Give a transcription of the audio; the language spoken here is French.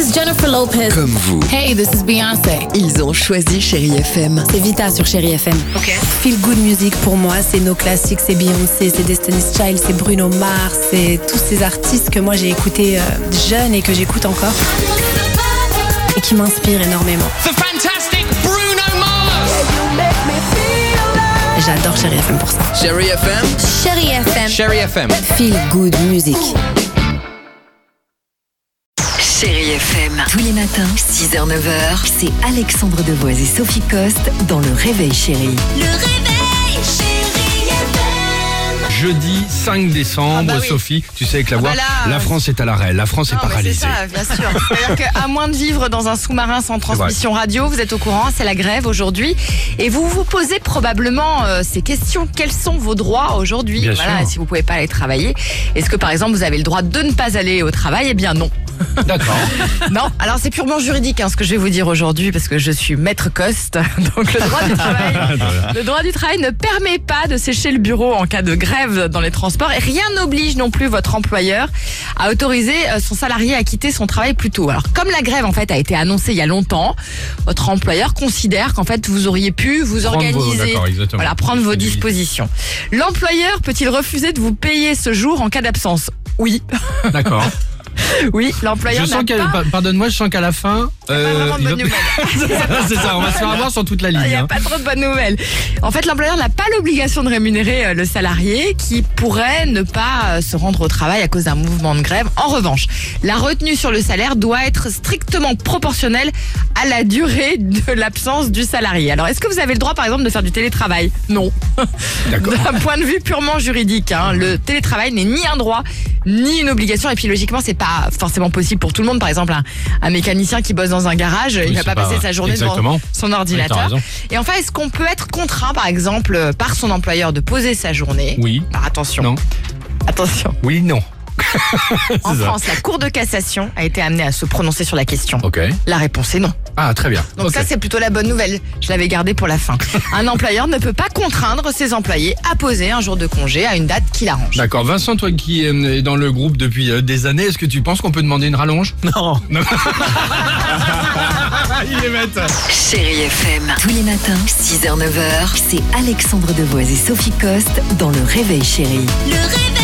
is Jennifer Lopez. Comme vous. Hey, this is Beyoncé. Ils ont choisi Chérie FM. C'est Vita sur Chérie FM. Ok. Feel Good Music pour moi, c'est nos classiques, c'est Beyoncé, c'est Destiny's Child, c'est Bruno Mars, c'est tous ces artistes que moi j'ai écoutés jeune et que j'écoute encore et qui m'inspirent énormément. The fantastic Bruno Mars. J'adore Chérie FM pour ça. Chérie FM. Chérie FM. Chérie FM. Feel Good Music. Chérie FM. Tous les matins, 6h-9h, c'est Alexandre Devoise et Sophie Coste dans Le Réveil Chérie. Le réveil, Chérie FM. Jeudi 5 décembre, Ah bah oui. Sophie, tu sais avec la voix, là, la France est à l'arrêt, la France est Non, mais paralysée. c'est ça, bien sûr. C'est-à-dire qu'à moins de vivre dans un sous-marin sans transmission radio, vous êtes au courant, c'est la grève aujourd'hui. Et vous vous posez probablement ces questions. Quels sont vos droits aujourd'hui? Bien Voilà, sûr. si vous pouvez pas aller travailler. Est-ce que par exemple vous avez le droit de ne pas aller au travail? Eh bien non. D'accord. Non, alors c'est purement juridique ce que je vais vous dire aujourd'hui parce que je suis maître Coste. Donc le droit du travail ne permet pas de sécher le bureau en cas de grève dans les transports et rien n'oblige non plus votre employeur à autoriser son salarié à quitter son travail plus tôt. Alors comme la grève en fait a été annoncée il y a longtemps, votre employeur considère qu'en fait vous auriez pu vous Prendre organiser, d'accord, exactement. prendre vos dispositions. L'employeur peut-il refuser de vous payer ce jour en cas d'absence? Oui. D'accord. Oui, l'employeur Je sens n'a pas... pardonne-moi, je sens qu'à la fin. pas vraiment de bonnes nouvelles. C'est ça, on va se faire avoir sur toute la Il ligne. n'y a hein. pas trop de bonnes nouvelles. En fait, l'employeur n'a pas l'obligation de rémunérer le salarié qui pourrait ne pas se rendre au travail à cause d'un mouvement de grève. En revanche, la retenue sur le salaire doit être strictement proportionnelle à la durée de l'absence du salarié. Alors, est-ce que vous avez le droit, par exemple, de faire du télétravail? Non. D'accord. D'un point de vue purement juridique, le télétravail n'est ni un droit ni une obligation. Et puis, logiquement, c'est pas forcément possible pour tout le monde. Par exemple, un mécanicien qui bosse dans un garage, il va c'est pas passer pas- sa journée exactement. devant son Oui, ordinateur. t'as raison. Et enfin, est-ce qu'on peut être contraint, par exemple, par son employeur de poser sa journée? Oui. Alors, attention. Non. Attention. Oui, non. En C'est ça. France, la Cour de cassation a été amenée à se prononcer sur la question. Ok. La réponse est non. Ah, très bien. Donc Ok. ça, c'est plutôt la bonne nouvelle. Je l'avais gardé pour la fin. Un employeur ne peut pas contraindre ses employés à poser un jour de congé à une date qu'il arrange. D'accord. Vincent, toi qui es dans le groupe depuis des années, est-ce que tu penses qu'on peut demander une rallonge? Non. Il est bête. Chérie FM. Tous les matins, 6h-9h, c'est Alexandre Devoise et Sophie Coste dans Le Réveil Chérie. Le réveil.